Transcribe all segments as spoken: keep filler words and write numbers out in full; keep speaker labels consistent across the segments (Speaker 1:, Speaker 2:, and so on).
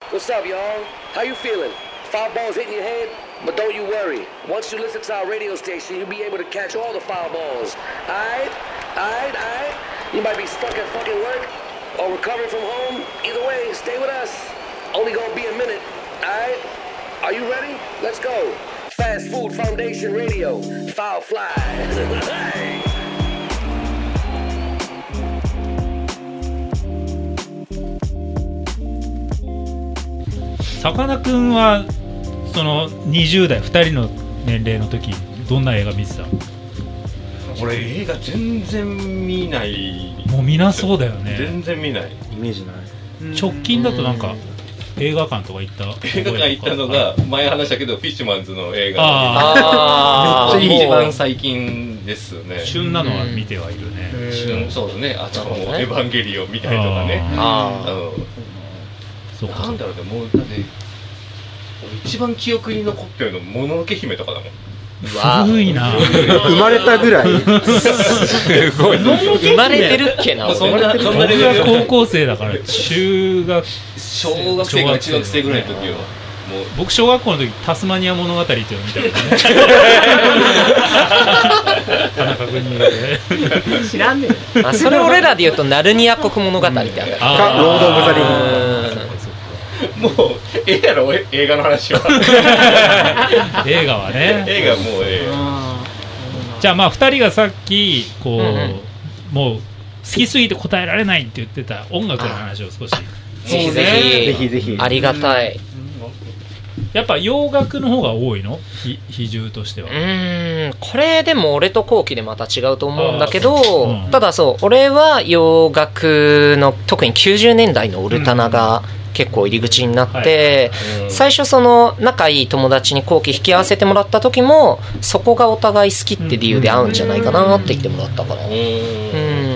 Speaker 1: What's up, y'all? How you feeling? Foul balls hitting your head? But don't you worry. Once you listen to our radio station, you'll be able to catch all the foul balls. Alright? Alright? Alright? You might be stuck at fucking work or recovering from home. Either way, stay with us. Only gonna be a minute. Alright? Are you ready? Let's go. Fast Food Foundation Radio. Foul Fly. Hey.
Speaker 2: さかなクンはそのにじゅう代ふたりの年齢の時どんな映画見てた？
Speaker 3: 俺映画全然見ない。
Speaker 2: もう見なそうだよね。
Speaker 3: 全然見ない。
Speaker 4: イメージない。
Speaker 2: 直近だとなんか映画館とか行った？
Speaker 3: 映画館行ったのが前話したけどフィッシュマンズの映画
Speaker 5: あ
Speaker 3: あ一番最近ですね。
Speaker 2: 旬なのは見てはいるね。
Speaker 3: 旬そうだね。あともうエヴァンゲリオンみたいとかね。
Speaker 5: ああ
Speaker 3: そうなんだろうね。もうだって一番記憶に残ってるのもののけ姫とかだもん。
Speaker 2: 古いな。
Speaker 4: 生まれたぐらい
Speaker 5: すごい生まれてるっけな。
Speaker 3: そんなそんなレベル。
Speaker 2: 僕は高校生だから中学
Speaker 3: 小学生から中学生ぐらいの時はもう
Speaker 2: 僕小学校の時タスマニア物語っていうのを見たからね。田中君に
Speaker 6: 知らんね
Speaker 5: え。あ、それ俺らで言うとナルニア国物語ってある。
Speaker 4: かロード・オブ・ザ・リング。
Speaker 3: もうええやろ映画の話は。
Speaker 2: 映画はね。
Speaker 3: 映画もうええ。
Speaker 2: じゃあまあふたりがさっきこう、うんうん、もう好きすぎて答えられないって言ってた音楽の話を少し。
Speaker 5: ぜひぜひ
Speaker 4: ぜひぜひ
Speaker 5: ありがたい。
Speaker 2: やっぱ洋楽の方が多いの？比重としては。
Speaker 5: うーん、これでも俺と後期でまた違うと思うんだけど、うん、ただそう俺は洋楽の特にきゅうじゅうねんだいのオルタナが、うん結構入り口になって、はい、最初その仲いい友達に後期引き合わせてもらった時もそこがお互い好きって理由で合うんじゃないかなって言ってもらったから。うん、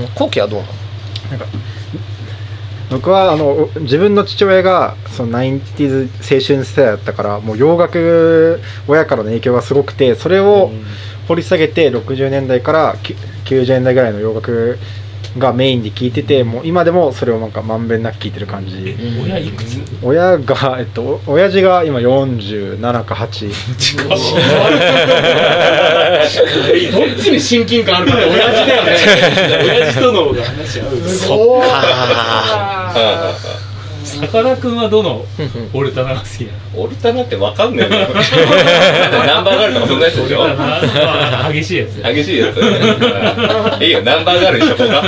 Speaker 5: 後期はどうなの？
Speaker 4: なんか僕はあの自分の父親がそのナインティーズ青春世代だったからもう洋楽親からの影響がすごくてそれを掘り下げてろくじゅうねんだいからきゅうじゅうねんだいぐらいの洋楽がメインで聴いててもう今でもそれをなんかまんべんなく聴いてる感じ。
Speaker 2: 親いくつ？
Speaker 4: 親が、えっと、親父が今よんじゅうななかはち。どっ
Speaker 6: ちに親近感あるかね。親父だよね。親父との方が話合う。
Speaker 5: そっか
Speaker 2: さかなクンはどのオルタナが好きなの？
Speaker 3: オルタナって分かんないの？ナンバーガールとかそんなやつでしょ？
Speaker 2: 激しいやつ
Speaker 3: 激しいやついいよ、ナンバーガールにしとこうか。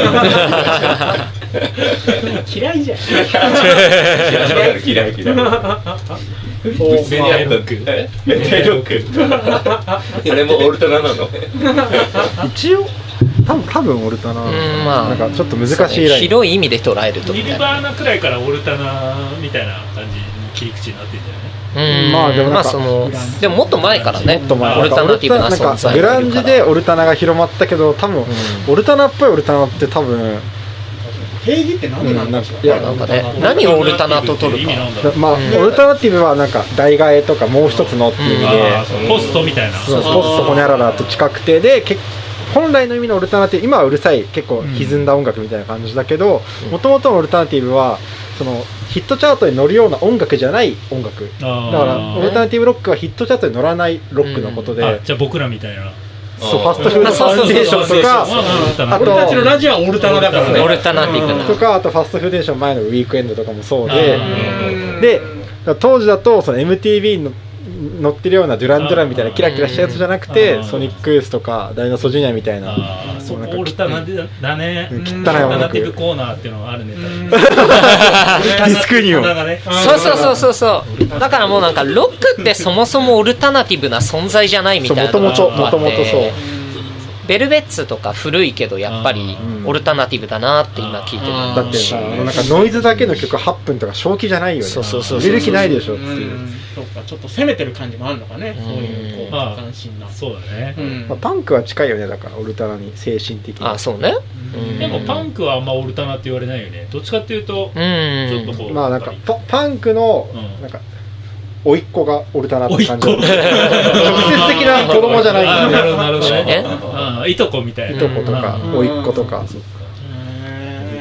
Speaker 6: 嫌いじゃん。
Speaker 3: 嫌い嫌い嫌い。メディアロックメディアロックあれもオルタナなの？
Speaker 4: 一応多分多分オルタナ、まあ、なんかちょっと難しいライン、
Speaker 5: 広い意味で捉えると
Speaker 2: ニルバーナくらいからオルタナみたいな感じに切り口になってんだよね。
Speaker 5: うん、まあでもなんか、まあ、そのでももっと前からね、オルタナティブな存在
Speaker 4: グランジでオルタナが広まったけど多分、うん、オルタナっぽいオルタナって多分
Speaker 6: 定義って何なんですか？
Speaker 5: いやなんかね、何をオルタナと取るか。
Speaker 4: まあ、うん、オルタナティブはなんか代替えとかもう一つのっていう意味で、
Speaker 2: うん、ポストみたいな、
Speaker 4: そうポストホニャララと近くてで結本来の意味のオルタナティブ今はうるさい結構歪んだ音楽みたいな感じだけどもともとのオルタナティブはそのヒットチャートに乗るような音楽じゃない音楽だからオルタナティブロックはヒットチャートに乗らないロックのことで、うん、
Speaker 2: あじゃあ僕らみたいな
Speaker 4: そうファストフードファウンデーションとかあと
Speaker 6: 俺たちのラジオはオルタナだからね
Speaker 5: オルタナティブな
Speaker 4: とかあとファストフーデーション前のウィークエンドとかもそうでで当時だとその エムティーブイ の乗ってるようなデュラン・ドゥランみたいなキラキラしたやつじゃなくてソニックユースとかダイナソージュニアみたいな
Speaker 2: あそうオルタナだね
Speaker 4: 汚い音楽
Speaker 2: オルタナティブコーナーっていうのがあるね
Speaker 4: ディスクニオン
Speaker 5: そうそうそうそうそうだからもうなんかロックってそもそもオルタナティブな存在じゃないみたいな
Speaker 4: もともともともとそう
Speaker 5: ベルベッツとか古いけどやっぱりオルタナティブだなって今聞いてる。
Speaker 4: だってさなんかノイズだけの曲はっぷんとか正気じゃないよね。
Speaker 5: そうそうそう
Speaker 4: 入れる気ないでしょっていう。
Speaker 6: そうかちょっと攻めてる感じもあるのかね。そういうこう関心な。
Speaker 2: そうだね、
Speaker 4: うんまあ、パンクは近いよねだからオルタナに精神的に。
Speaker 5: あそうね、
Speaker 2: うん、でもパンクはあんまオルタナって言われないよね。どっちかっていうとちょっとこう
Speaker 4: まあなんか パ, パンクのなんか甥っ子がオルタナって感じ。直接的な子供じゃないんだ
Speaker 2: よね。いとこみたいな。
Speaker 4: いとことか甥っ子とか。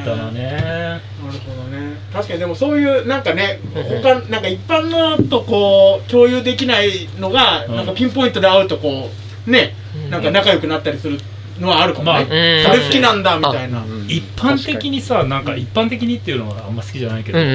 Speaker 2: タナね。
Speaker 6: なるほどね。確かにでもそういうなんかね、他なんか一般のとこう共有できないのが、うん、なんかピンポイントで会うとこうね、なんか仲良くなったりするのはあるかもね。まあ、それ好きなんだみたいな。
Speaker 2: 一般的にさ、なんか一般的にっていうのはあんま好きじゃないけど、うん、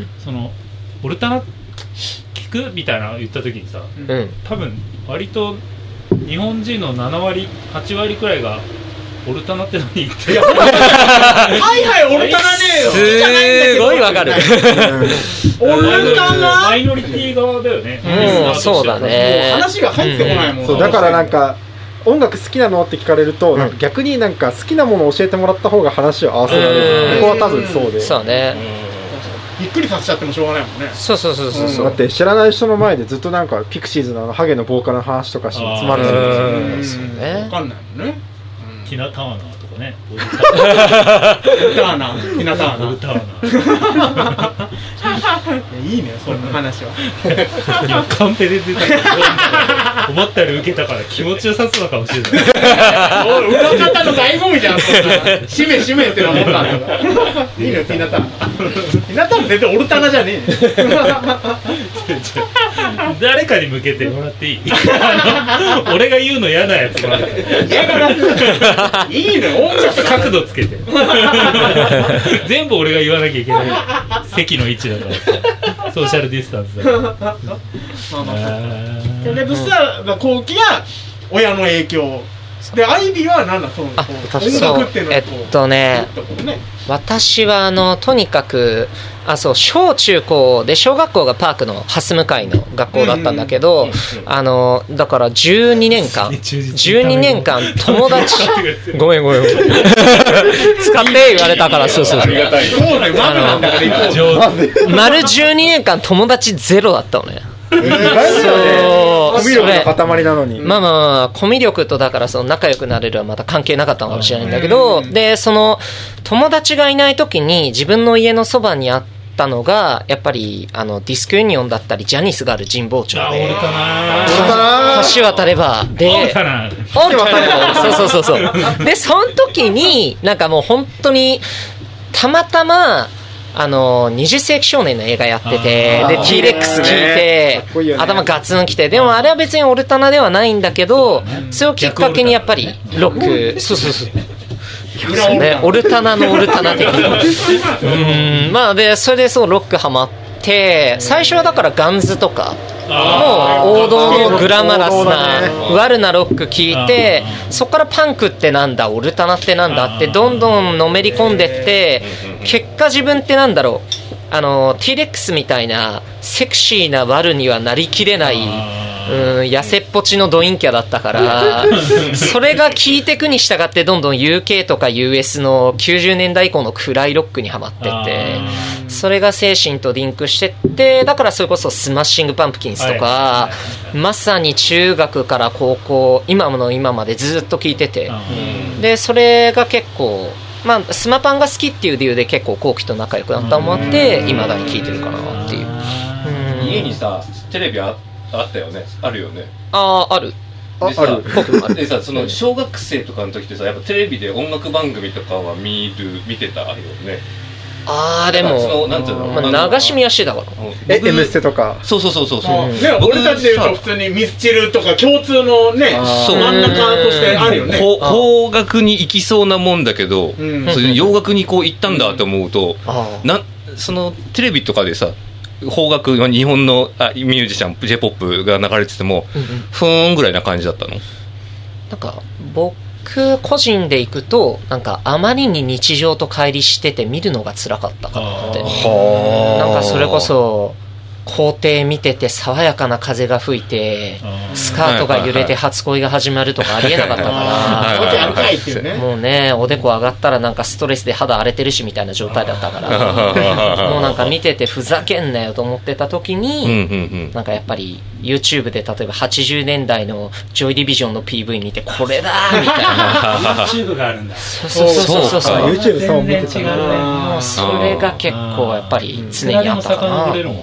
Speaker 2: そのオルタナ聞くみたいな言った時にさ、うん、多分割と日本人のななわりはちわりくらいがオルタナって何言ってる
Speaker 6: はいはいオルタナね
Speaker 5: すごいわかる
Speaker 6: オルタナ
Speaker 2: マイノリティ側だよね。
Speaker 5: うん、そうだね。
Speaker 6: もう話が入ってこないもん、
Speaker 4: うん、そうだからなんか音楽好きなのって聞かれると、うん、なんか逆になんか好きなものを教えてもらった方が話を合わせられる。ここは多分そうで。
Speaker 5: そうね。
Speaker 6: びっくりさせちゃってもしょうがないもんね。
Speaker 5: そうそうそうそう、うん、
Speaker 4: だって知らない人の前でずっとなんかピクシーズのあのハゲのボーカルの話とかしてつまるんですよ
Speaker 6: ね。分かんないもんね。
Speaker 2: ティナ・ターナーとかね。
Speaker 6: オルターナー、ティナ・ターナー。
Speaker 2: オルターナー。
Speaker 6: いいね、そんな話は。
Speaker 2: 今カンペで出たけど、思ったより受けたから気持ちよさそうかもしれない。
Speaker 6: 裏方の醍醐味じゃん。締め締めってのは思ったんだから。いいのよ、ティナ・ターナー。ティナ・ターナー全然オルタナじゃねえ。
Speaker 2: 誰かに向けてもらっていい？俺が言うの嫌なやつもらって。
Speaker 6: 嫌がらせ。いいのよ、
Speaker 2: ちょっと角度つけて。全部俺が言わなきゃいけない席の位置だからソーシャルディスタンスだからまあまあ
Speaker 6: でとしたら後期が親の影響でアイビーは何だその音楽っていうのは
Speaker 5: えっとね私はあのとにかくあそう小中高で小学校がパークの蓮向かいの学校だったんだけど、あのだからじゅうにねんかんじゅうにねんかん友達ごめんごめん使って言われたからそうそうそうあの丸じゅうにねんかん友達ゼロだったのね。
Speaker 4: そうコミュ力の塊なのに
Speaker 5: まあまあまあコミュ力とだからその仲良くなれるはまた関係なかったかもしれないんだけど、でその友達がいない時に自分の家のそばにあったのがやっぱりあのディスクユニオンだったりジャニスがある神保町で橋渡ればで橋渡ればそうそうそうそうでその時になんかもう本当にたまたまあのにじゅっ世紀少年の映画やっててで T レックス聴いて、ね、頭ガツンきてでもあれは別にオルタナではないんだけどそれをきっかけにやっぱりロックそうそうそうそうねオルタナのオルタナ的なうんまあでそれでそうロックハマって最初はだからガンズとかもう王道のグラマラスなワルなロック聴いてそこからパンクってなんだオルタナってなんだってどんどんのめり込んでって結果自分ってなんだろうあの T レックスみたいなセクシーなワルにはなりきれないうん痩せっぽちのドインキャだったからそれが効いてくに従ってどんどん ユーケー とか ユーエス のきゅうじゅうねんだい以降の暗いロックにハマってってそれが精神とリンクしてってだからそれこそスマッシングパンプキンスとかまさに中学から高校今の今までずっと聴いててでそれが結構まあスマパンが好きっていう理由で結構後期と仲良くなったのもあって未だに聴いてるかなっていう
Speaker 3: 家にさテレビああったよねあるよね
Speaker 5: ああある
Speaker 3: でさあるでさその小学生とかの時ってさやっぱテレビで音楽番組とかは見る見てたよね
Speaker 5: あーでも
Speaker 3: そのなんていうの、
Speaker 5: まあ、流し見はしてたから
Speaker 4: え M ステとか
Speaker 3: そうそうそうそうそう、
Speaker 6: ね、俺たちで言うと普通にミスチルとか共通のね真ん中としてあるよね
Speaker 3: 邦楽に行きそうなもんだけど、うん、それ洋楽にこう行ったんだと思うと、うん、なそのテレビとかでさ邦楽の日本のあミュージシャン J-ポップ が流れてても、うんうん、ふーんぐらいな感じだったの
Speaker 5: なんか僕個人で行くとなんかあまりに日常と乖離してて見るのが辛かったかなってなんかそれこそ校庭見てて爽やかな風が吹いてスカートが揺れて初恋が始まるとかありえなかったからもうねおでこ上がったらなんかストレスで肌荒れてるしみたいな状態だったからもうなんか見ててふざけんなよと思ってた時になんかやっぱり YouTube で例えばはちじゅうねんだいのジョイディビジョンの ピーブイ 見てこれだみたいな
Speaker 2: YouTube があるんだ
Speaker 5: そうそうそうそうそう
Speaker 4: YouTube そう見てた
Speaker 5: もうそれが結構やっぱり常にあったかな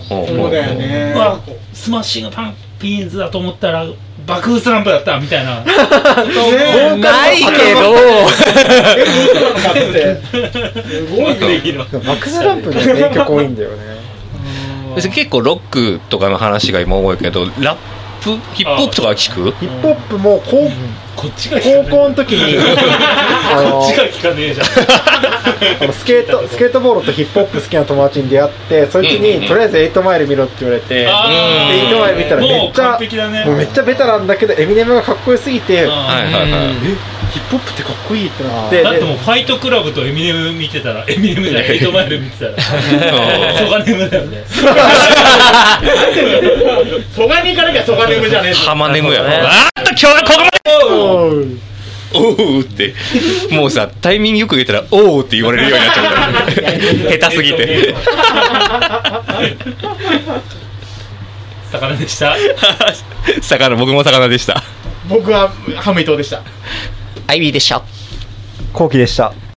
Speaker 6: そうだよね。
Speaker 2: うわスマッシングパンピーンズだと思ったら爆風スランプだったみたいな
Speaker 5: ないけど
Speaker 6: すごいね。
Speaker 4: バックスランプの名曲多いんだよね。
Speaker 3: 別に結構ロックとかの話が今多いけど、ラップヒップホップとか聞く？
Speaker 4: ヒップホップも高
Speaker 2: こっちが聞かねえ
Speaker 4: 高校の時にあの
Speaker 2: こっちが聞かねえじゃん
Speaker 4: あのスケートスケートボードとヒップホップ好きな友達に出会って、そいつに、うんうんうん、とりあえずエイトマイル見ろって言われて、でエイトマイル見たらめっちゃ、ね、もうめっちゃベタなんだけどエミネムがかっこよすぎて、はいはいはい、えヒップホップってかっこいいってなって、
Speaker 2: だってもうファイトクラブとエミネム見てたらエミネムじゃないエイトマイル見てたらソガネムだよね。
Speaker 6: ソガに行かなきゃソガネムじゃねえ。
Speaker 3: ハマネムやろ。あっと今日はここまで。おうってもうさタイミングよく言ったらおうって言われるようになっちゃうから下手すぎて
Speaker 2: 魚でした
Speaker 3: 魚僕も魚でした。
Speaker 6: 僕はハムイトでした。
Speaker 5: アイビーでした。
Speaker 4: コウキでした。